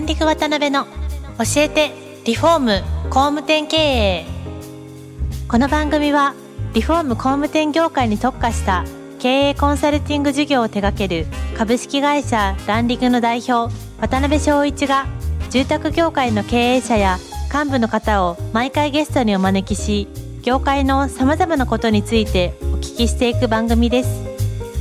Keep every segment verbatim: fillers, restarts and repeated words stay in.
ランディング渡辺の教えてリフォーム工務店経営。この番組はリフォーム工務店業界に特化した経営コンサルティング事業を手掛ける株式会社ランディングの代表渡辺翔一が、住宅業界の経営者や幹部の方を毎回ゲストにお招きし、業界のさまざまなことについてお聞きしていく番組です。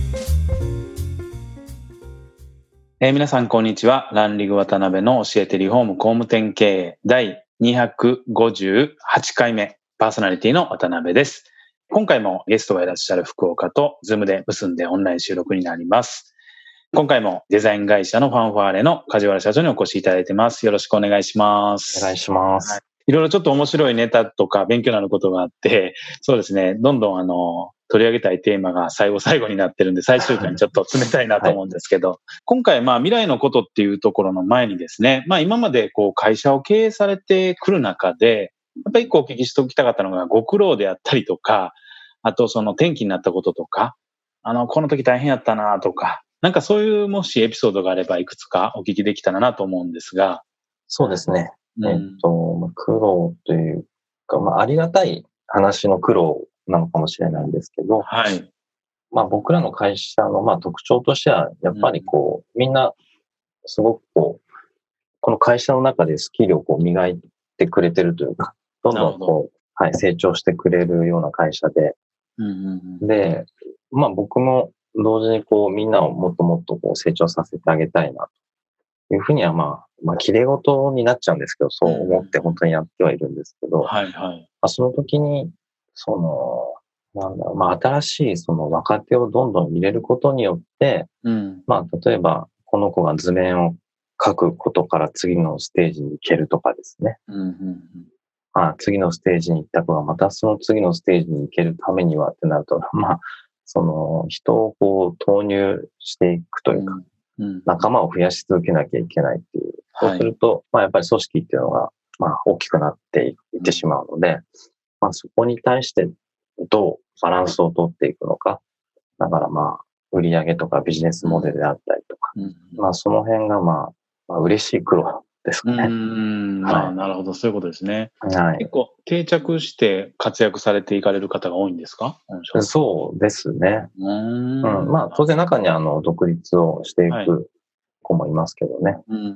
えー、皆さんこんにちは。ランディング渡辺の教えてリフォーム工務店経営だいにひゃくごじゅうはちかいめ、パーソナリティの渡辺です。今回もゲストがいらっしゃる福岡とズームで結んでオンライン収録になります。今回もデザイン会社のファンファーレの梶原社長にお越しいただいてます。よろしくお願いします。 お願いします。 はい、いろいろちょっと面白いネタとか勉強になることがあって、そうですね、どんどんあの取り上げたいテーマが最後最後になってるんで、最終回にちょっと詰めたいなと思うんですけど、はい、今回まあ未来のことっていうところの前にですね、まあ今までこう会社を経営されてくる中で、やっぱり一個お聞きしておきたかったのがご苦労であったりとか、あとその転機になったこととか、あのこの時大変やったなとか、なんかそういうもしエピソードがあればいくつかお聞きできたらなと思うんですが。 そうですね。 うん、 えっと、苦労というか、まあありがたい話の苦労なのかもしれないんですけど、 はい。 まあ僕らの会社のまあ特徴としては、やっぱりこう、うん、みんなすごくこう、この会社の中でスキルをこう磨いてくれてるというか、どんどんこう、はい、成長してくれるような会社で、 うんうんうん、 で、まあ僕も同時にこうみんなをもっともっとこう成長させてあげたいなというふうにはまあ、まあ綺麗事になっちゃうんですけど、そう思って本当にやってはいるんですけど、 うん、はいはい。 まあ、その時に、その、なんだろう、まあ新しいその若手をどんどん入れることによって、 うん、 まあ例えばこの子が図面を書くことから次のステージに行けるとかですね。 うんうんうん、 まあ、次のステージに行った子がまたその次のステージに行けるためにはってなると、まあ、その人をこう投入していくというか、うんうん、仲間を増やし続けなきゃいけないっていう。そうすると、はい、まあやっぱり組織っていうのが、まあ大きくなっていってしまうので、まあそこに対してどうバランスを取っていくのか。だからまあ、売上とかビジネスモデルであったりとか、うんうん、まあその辺がまあ、まあ、嬉しい苦労ですかね。 うーん、まあ、はい、なるほど、そういうことですね。 はい、 結構定着して活躍されていかれる方が多いんですか？ そうですね。 うーん、 うん、まあ当然中にあの独立をしていく子もいますけどね。 うんうんうんうん、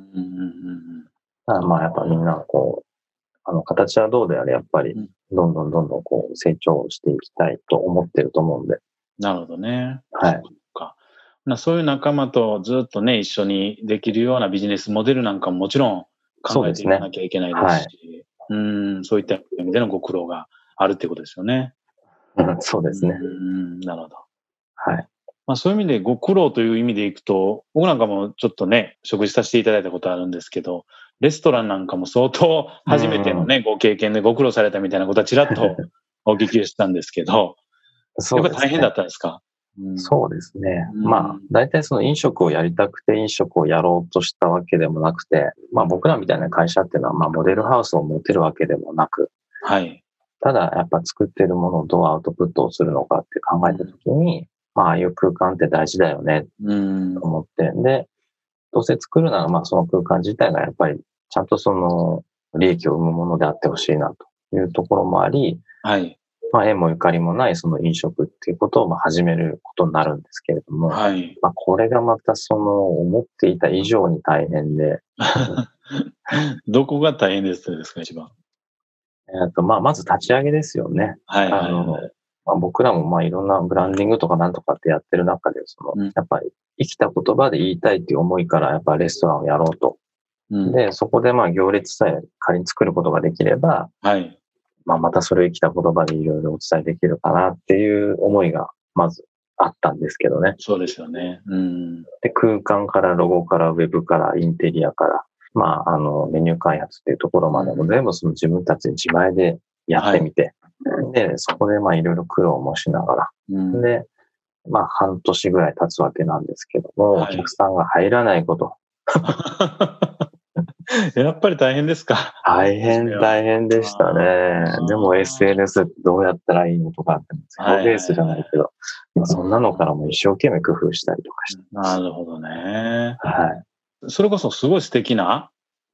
ただまあやっぱみんなこう、あの形はどうであれやっぱりどんどんどんどんこう成長していきたいと思ってると思うんで。 なるほどね。 はい。 そういう仲間とずっとね、一緒にできるようなビジネスモデルなんかももちろん考えていかなきゃいけないですし、う、ね、はい、うん、そういった意味でのご苦労があるってことですよね。 うん、そうですね。 うん、なるほど。 はい。 まあ、そういう意味でご苦労という意味でいくと、僕なんかもちょっとね、食事させていただいたことあるんですけど、レストランなんかも相当初めてのね、ご経験でご苦労されたみたいなことはちらっとお聞きしたんですけど、やっぱ大変だったんですか？ うん、そうですね。うん、まあ、大体その飲食をやりたくて飲食をやろうとしたわけでもなくて、まあ僕らみたいな会社っていうのは、まあモデルハウスを持てるわけでもなく、 はい。 ただやっぱ作ってるものをどうアウトプットをするのかって考えたときに、うん、まあああいう空間って大事だよね、と思って、うん、で、どうせ作るならまあその空間自体がやっぱりちゃんとその利益を生むものであってほしいなというところもあり、 はい。 まあ、縁もゆかりもないその飲食っていうことをまあ始めることになるんですけれども、 はい、 まあこれがまたその思っていた以上に大変で。 どこが大変ですか、一番。 えっと、まあまず立ち上げですよね。 はいはいはい、 あのまあ、僕らもまあいろんなブランディングとかなんとかってやってる中で、その、うん、やっぱり生きた言葉で言いたいっていう思いからやっぱりレストランをやろうと。うん、で、そこでまあ行列さえ仮に作ることができれば、 はいまあ、またそれを生きた言葉でいろいろお伝えできるかなっていう思いがまずあったんですけどね。 そうですよね。うん、 で、空間からロゴからウェブからインテリアから、まあ、あの、メニュー開発っていうところまでも全部その自分たち自前でやってみて、はい、で、そこでまあいろいろ苦労もしながら、うん、で、まあ半年ぐらい経つわけなんですけども、はい、お客さんが入らないこと。 やっぱり大変ですか？ 大変大変でしたね。でも エスエヌエス どうやったらいいのとかってゼロベースじゃないけど、まあ、そんなのからも一生懸命工夫したりとかして。 なるほどね。 はい。 それこそすごい素敵な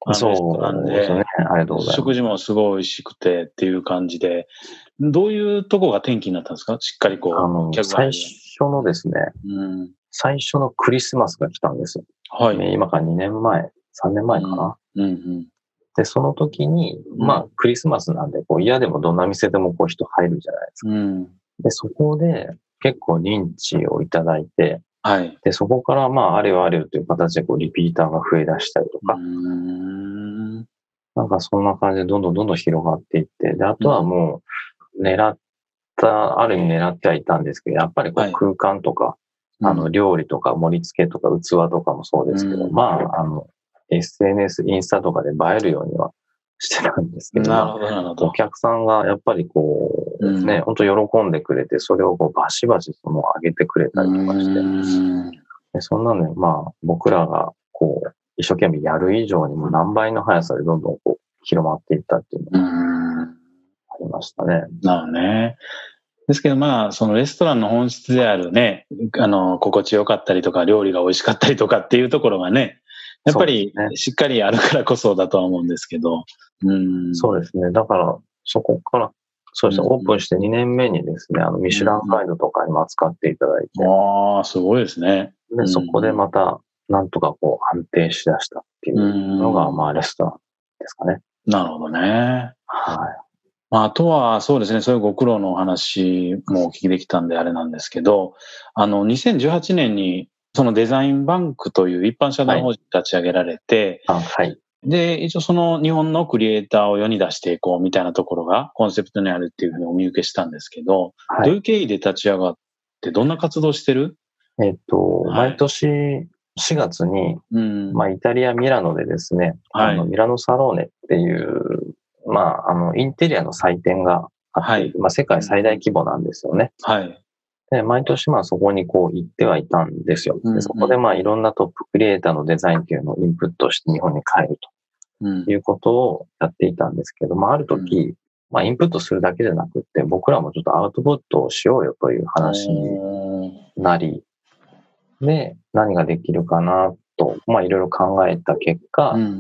あのレストランで。 そうですね。ありがとうございます。 食事もすごい美味しくてっていう感じで、どういうとこが転機になったんですか？しっかりこう。 あの、最初のですね、うん、最初のクリスマスが来たんですよ。はい。今からにねんまえ、さんねんまえかな。うんうんうん、で、その時に、まあ、クリスマスなんで、こう、嫌でもどんな店でもこう人入るじゃないですか。うん、で、そこで結構認知をいただいて、はい。で、そこからまあ、あれよあれよという形でこう、リピーターが増え出したりとか、うーん、なんかそんな感じでどんどんどんどん広がっていって、で、あとはもう、狙った、ある意味狙ってはいたんですけど、やっぱりこう、空間とか、はい、あの、料理とか盛り付けとか器とかもそうですけど、うん、まあ、あの、エスエヌエス、インスタとかで映えるようにはしてたんですけど、なるほど、なるほど。お客さんがやっぱりこう、うん、ね、本当喜んでくれて、それをこうバシバシその上げてくれたりとかして、うんでそんなのまあ、僕らがこう、一生懸命やる以上にも何倍の速さでどんどんこう、広まっていったっていうのがありましたね。 なるほどね。ですけどまあ、そのレストランの本質であるね、あの、心地よかったりとか、料理が美味しかったりとかっていうところがね、やっぱりしっかりあるからこそだとは思うんですけど。 うん、そうですね。だから、そこから、そうですね、オープンしてにねんめにですね、あの、ミシュランガイドとかにも扱っていただいて。 ああ、すごいですね。 で、そこでまた、なんとかこう、安定しだしたっていうのが、まあ、レストランですかね。 なるほどね。はい。あとは、そうですね、そういうご苦労のお話もお聞きできたんであれなんですけど、あの、にせんじゅうはちねんに、そのデザインバンクという一般社団法人立ち上げられて、はい。はい、で、一応その日本のクリエイターを世に出していこうみたいなところがコンセプトにあるっていうふうにお見受けしたんですけど、はい、どういう経緯で立ち上がってどんな活動してる？ えっと、はい、毎年しがつに、うん、まあ、イタリア・ミラノでですね、はい、あのミラノサローネっていう、まあ、あの、インテリアの祭典があって、はい、まあ、世界最大規模なんですよね。はい。で、毎年まあそこにこう行ってはいたんですよ。でそこでまあいろんなトップクリエイターのデザインっていうのをインプットして日本に帰るということをやっていたんですけど、まあある時、まあインプットするだけじゃなくって、僕らもちょっとアウトプットをしようよという話になり、で、何ができるかなと、まあいろいろ考えた結果、うんうん、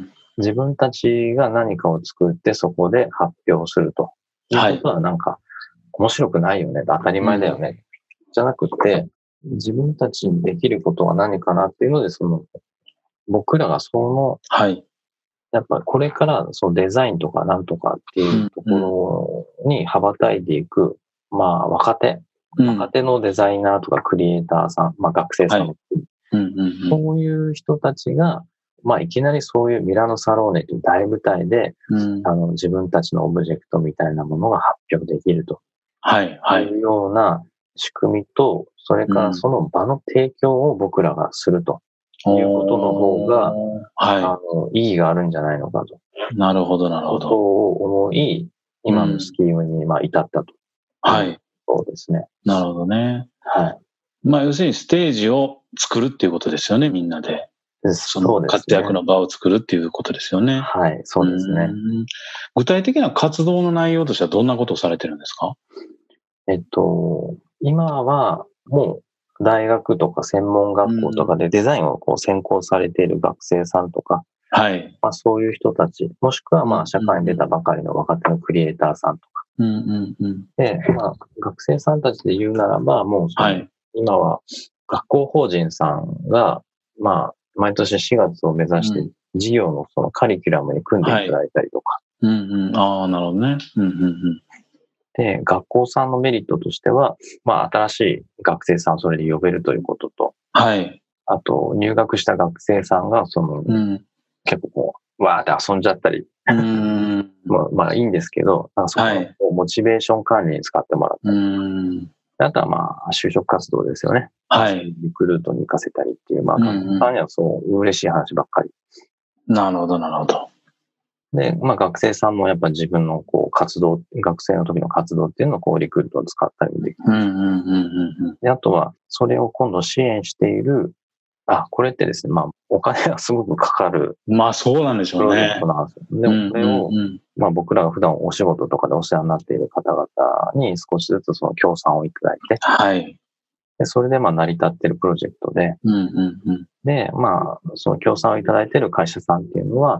自分たちが何かを作ってそこで発表するということはなんか面白くないよね、当たり前だよね、うん、じゃなくて、自分たちにできることは何かなっていうので、その、僕らがその、はい。やっぱこれからそのデザインとかなんとかっていうところに羽ばたいていく、うん、まあ若手、若手のデザイナーとかクリエイターさん、まあ学生さん、はい、うんうんうん、そういう人たちが、まあいきなりそういうミラノサローネという大舞台で、うん、あの自分たちのオブジェクトみたいなものが発表できると。はい、はい。いうような仕組みと、それからその場の提供を僕らがするということの方が、はい、あの意義があるんじゃないのかと。 なるほど、なるほど。 ことを思い、今のスキームにまあ至ったと。 はい。 そうですね。 なるほどね。はい。まあ要するにステージを作るっていうことですよね、みんなで。その活躍の場を作るっていうことですよね。 はい、そうですね。 具体的な活動の内容としてはどんなことをされてるんですか？ えっと、今はもう大学とか専門学校とかでデザインをこう専攻されている学生さんとか、はい。まあそういう人たち、もしくはまあ社会に出たばかりの若手のクリエイターさんとか。うんうんうん、で、まあ学生さんたちで言うならば、もうその、はい、今は学校法人さんが、まあ毎年しがつを目指して事業のそのカリキュラムに組んでいただいたりとか。 はい、うんうん、ああ、なるほどね。うんうんうんで、学校さんのメリットとしては、まあ、新しい学生さんをそれで呼べるということと、はい。あと、入学した学生さんが、その、うん、結構こう、わーって遊んじゃったり、うんまあ、まあいいんですけど、なんかそこのモチベーション管理に使ってもらったり、はい、あとはまあ、就職活動ですよね。はい。リクルートに行かせたりっていう、まあ、学生さんにはそう嬉しい話ばっかり。 なるほど、なるほど。 で、まあ学生さんもやっぱ自分のこう活動、学生の時の活動っていうのをこうリクルートを使ったりもできる。で、あとはそれを今度支援している、あ、これってですね、まあお金がすごくかかる。 まあそうなんでしょうね。 プロジェクトなんですよ。でもこれを、まあ僕らが普段お仕事とかでお世話になっている方々に少しずつその協賛をいただいて、はい。で、それでまあ成り立っているプロジェクトで、うんうんうん、で、まあその協賛をいただいている会社さんっていうのは、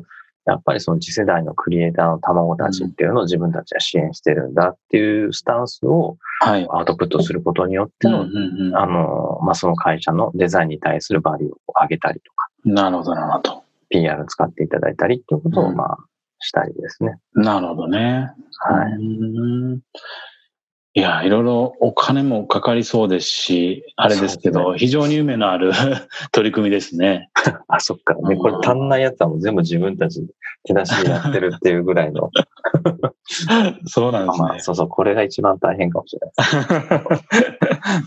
やっぱりその次世代のクリエイターの卵たちっていうのを自分たちは支援してるんだっていうスタンスをアウトプットすることによっての、あの、まあ、その会社のデザインに対するバリューを上げたりとか。 なるほど、なるほど。 ピーアール 使っていただいたりっていうことを、まあ、したりですね。 なるほどね。 はい。 うんいや、いろいろお金もかかりそうですし、あれですけど、ね、非常に夢のある取り組みですね。 あ、そっか。ね、これ足んないやつはもう全部自分たちで手出しでやってるっていうぐらいの。 そうなんですね。 まあ、そうそう、これが一番大変かもしれないです。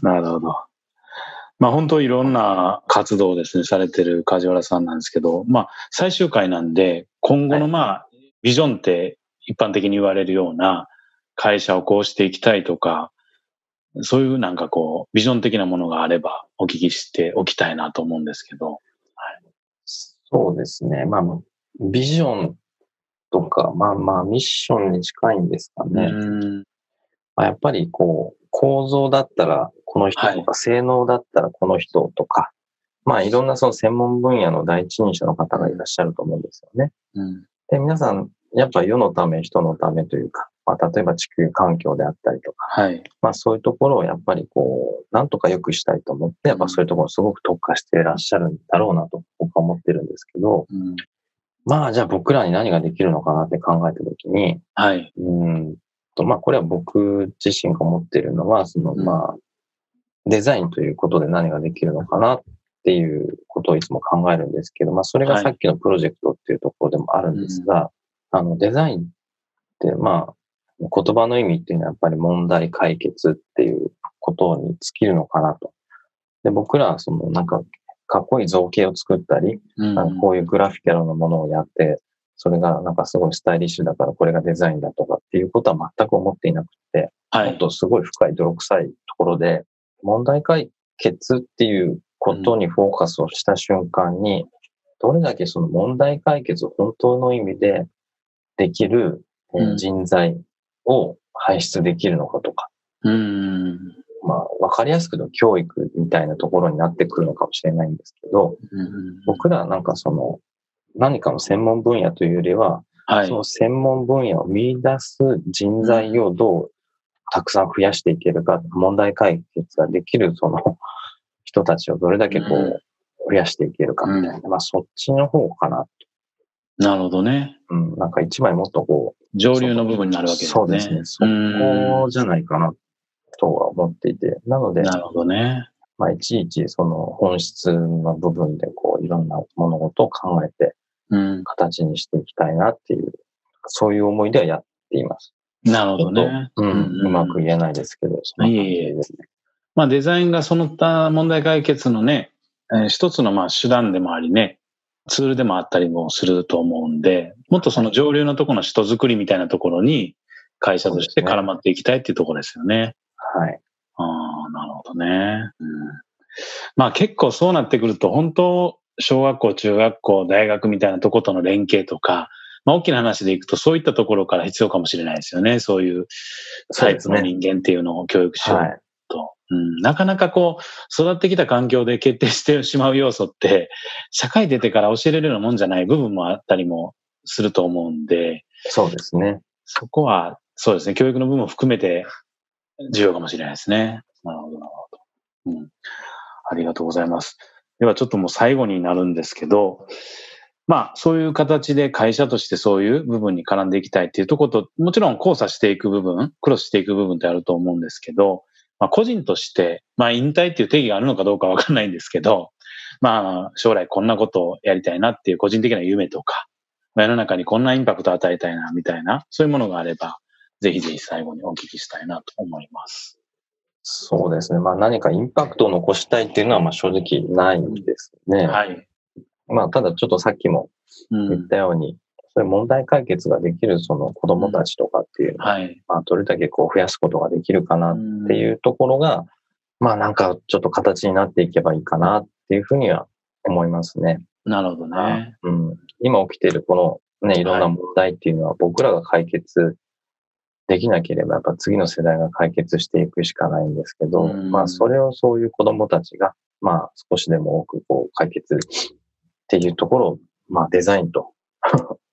なるほど。まあ本当いろんな活動をですね、されてる梶原さんなんですけど、まあ最終回なんで、今後のまあ、ビジョンって一般的に言われるような、会社をこうしていきたいとか、そういうなんかこう、ビジョン的なものがあればお聞きしておきたいなと思うんですけど。はい、 そうですね。まあ、ビジョンとか、まあまあ、ミッションに近いんですかね。うんまあ、やっぱりこう、構造だったらこの人とか、はい、性能だったらこの人とか、まあいろんなその専門分野の第一人者の方がいらっしゃると思うんですよね。うん、で、皆さん、やっぱ世のため、人のためというか、まあ、例えば地球環境であったりとか、はい、まあそういうところをやっぱりこう、なんとか良くしたいと思って、やっぱそういうところをすごく特化していらっしゃるんだろうなと僕は思ってるんですけど、うん、まあじゃあ僕らに何ができるのかなって考えたときに、はい、うんとまあこれは僕自身が思っているのは、そのまあ、デザインということで何ができるのかなっていうことをいつも考えるんですけど、まあそれがさっきのプロジェクトっていうところでもあるんですが、はい、あのデザインってまあ言葉の意味っていうのはやっぱり問題解決っていうことに尽きるのかなと。で、僕らはそのなんかかっこいい造形を作ったり、うん、なんかこういうグラフィカルなものをやって、それがなんかすごいスタイリッシュだからこれがデザインだとかっていうことは全く思っていなくて、はい、もっとすごい深い泥臭いところで、問題解決っていうことにフォーカスをした瞬間に、どれだけその問題解決を本当の意味でできる人材を輩出できるのかとか、うん、まあわかりやすく言うと教育みたいなところになってくるのかもしれないんですけど、うん、僕らはなんかその何かの専門分野というよりは、はい、その専門分野を見出す人材をどうたくさん増やしていけるか、問題解決ができるその人たちをどれだけこう増やしていけるかみたいな、うん、まあそっちの方かなと。 なるほどね。 うん、なんか一枚もっとこう上流の部分になるわけですね。 そうですね。そこじゃないかなとは思っていて、なので、 なるほどね。 まあいちいちその本質の部分でこういろんな物事を考えて、うん、形にしていきたいなっていう、そういう思いではやっています。 なるほどね。 うん、うん、うまく言えないですけど、その感じですね。 まあデザインがその他問題解決のね、えー、一つのまあ手段でもありね、ツールでもあったりもすると思うんで、もっとその上流のところの人づくりみたいなところに会社として絡まっていきたいっていうところですよね。 はい。 ああ、なるほどね。うん、まあ結構そうなってくると、本当、小学校、中学校、大学みたいなところとの連携とか、まあ大きな話でいくとそういったところから必要かもしれないですよね。そういうタイプの人間っていうのを教育しようと。はいうん、なかなかこう、育ってきた環境で決定してしまう要素って、社会出てから教えれるようなもんじゃない部分もあったりもすると思うんで。 そうですね。 そこは、そうですね、教育の部分も含めて重要かもしれないですね。なるほど、なるほど。うん。ありがとうございます。ではちょっともう最後になるんですけど、まあ、そういう形で会社としてそういう部分に絡んでいきたいっていうところと、もちろん交差していく部分、クロスしていく部分ってあると思うんですけど、まあ個人として、まあ引退っていう定義があるのかどうかわかんないんですけど、まあ将来こんなことをやりたいなっていう個人的な夢とか、世の中にこんなインパクトを与えたいなみたいな、そういうものがあれば、ぜひぜひ最後にお聞きしたいなと思います。 そうですね。まあ何かインパクトを残したいっていうのはまあ正直ないんですね。はい。まあただちょっとさっきも言ったように、うんそういう問題解決ができるその子供たちとかっていうのを、はい、まあどれだけこう増やすことができるかなっていうところが、まあなんかちょっと形になっていけばいいかなっていうふうには思いますね。 なるほどね。 うん、今起きているこのね、いろんな問題っていうのは僕らが解決できなければやっぱ次の世代が解決していくしかないんですけど、まあそれをそういう子供たちがまあ少しでも多くこう解決っていうところをまあデザインと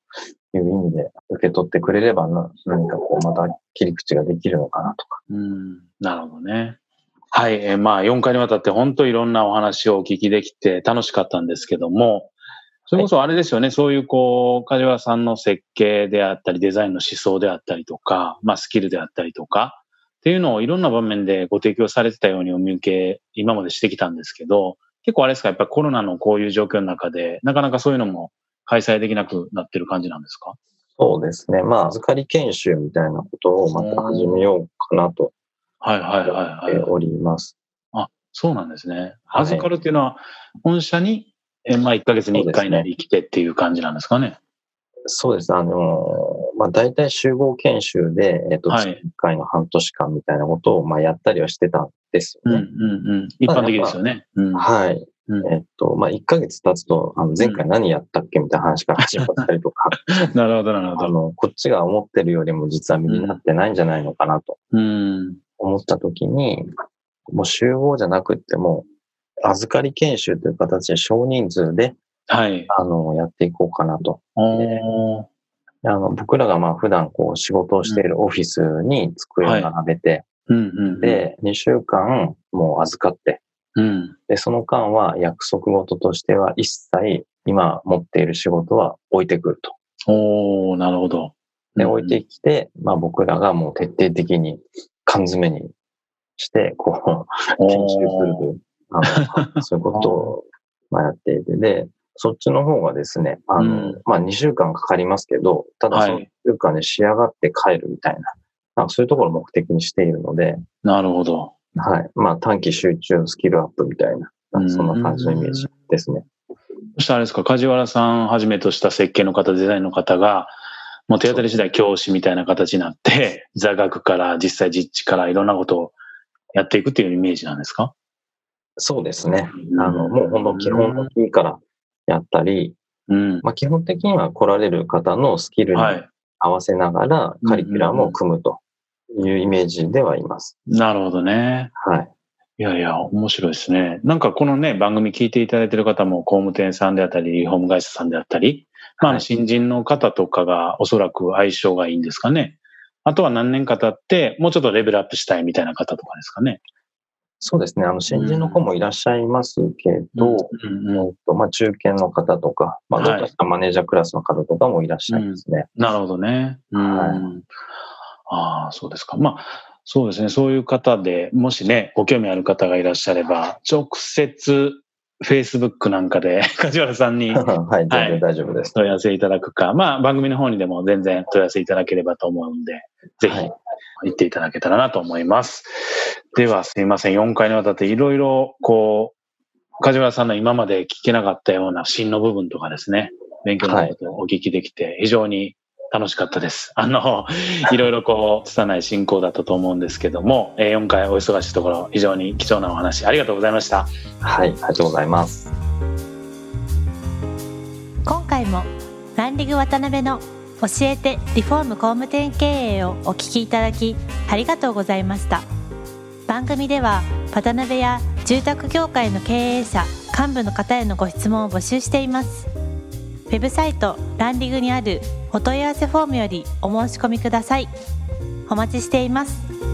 いう意味で受け取ってくれればな、何かこうまた切り口ができるのかなとか。 うん、なるほどね。はい、えー、まあよんかいにわたって本当いろんなお話をお聞きできて楽しかったんですけども、それこそあれですよね、はい、そういうこう、梶原さんの設計であったり、デザインの思想であったりとか、まあスキルであったりとか、っていうのをいろんな場面でご提供されてたようにお見受け、今までしてきたんですけど、結構あれですか、やっぱりコロナのこういう状況の中で、なかなかそういうのも開催できなくなってる感じなんですか？ そうですね。まあ、預かり研修みたいなことをまた始めようかなと。 はいはいはいはい。 おります。 あ、そうなんですね。預かるっていうのは、本社に、えまあいっかげつにいっかいなり来てっていう感じなんですかね。 そうです。あの、まあ大体集合研修で、えっと、月いっかいの半年間みたいなことを、まあやったりはしてたんですよね。 うんうんうん。一般的ですよね。 うん、はい。うん、えっと、まあいっかげつ経つと、あの前回何やったっけみたいな話から始まったりとか。 なるほどなるほど。 あの、こっちが思ってるよりも実は身になってないんじゃないのかなと。うん思ったときに、もう集合じゃなくっても、預かり研修という形で少人数で、はい、あの、やっていこうかなと。であの僕らがまあ普段こう仕事をしているオフィスに机を並べて、で、にしゅうかんもう預かって、うん、で、その間は約束事としては一切今持っている仕事は置いてくると。 おー、なるほど。 で、置いてきて、まあ僕らがもう徹底的に缶詰にして、こう、研修するという、あの、そういうことを、まあ、やっていて、で、そっちの方がですね、あの、うん、まあ、にしゅうかんかかりますけど、ただそのにしゅうかんで仕上がって帰るみたいな、なんかそういうところを目的にしているので、 なるほど。 はい。まあ、短期集中スキルアップみたいな、なんかそんな感じのイメージですね。 そしてあれですか、梶原さんはじめとした設計の方、デザインの方が、もう手当たり次第教師みたいな形になって、座学から実際実地からいろんなことをやっていくっていうイメージなんですか？ そうですね。あの、もう本当基本のキーからやったり、うん、まあ基本的には来られる方のスキルに合わせながらカリキュラムを組むというイメージではいます。 なるほどね。 はい。 いやいや、面白いですね。なんかこのね、番組聞いていただいている方も工務店さんであったり、リフォーム会社さんであったり、まあ、新人の方とかがおそらく相性がいいんですかね。あとは何年か経って、もうちょっとレベルアップしたいみたいな方とかですかね。 そうですね。あの、新人の子もいらっしゃいますけど、うんうんうんとまあ、中堅の方とか、まあ、どうかしたマネージャークラスの方とかもいらっしゃいますね。 うん、なるほどね。うん、はい、ああ、そうですか。まあ、そうですね。そういう方で、もしね、ご興味ある方がいらっしゃれば、直接、Facebook なんかで梶原さんに、 はい、全然大丈夫です。 問い合わせいただくか、まあ番組の方にでも全然問い合わせいただければと思うんで、ぜひ行っていただけたらなと思います。はい、ではすいません、よんかいにわたっていろいろこう、梶原さんの今まで聞けなかったような芯の部分とかですね、勉強のことをお聞きできて非常に楽しかったです。あの、いろいろこう、拙い進行だったと思うんですけども、よんかいお忙しいところ、非常に貴重なお話、ありがとうございました。 はい、ありがとうございます。 今回も、ランディング渡辺の教えてリフォーム工務店経営をお聞きいただき、ありがとうございました。番組では、渡辺や住宅業界の経営者、幹部の方へのご質問を募集しています。ウェブサイトランディングにあるお問い合わせフォームよりお申し込みください。お待ちしています。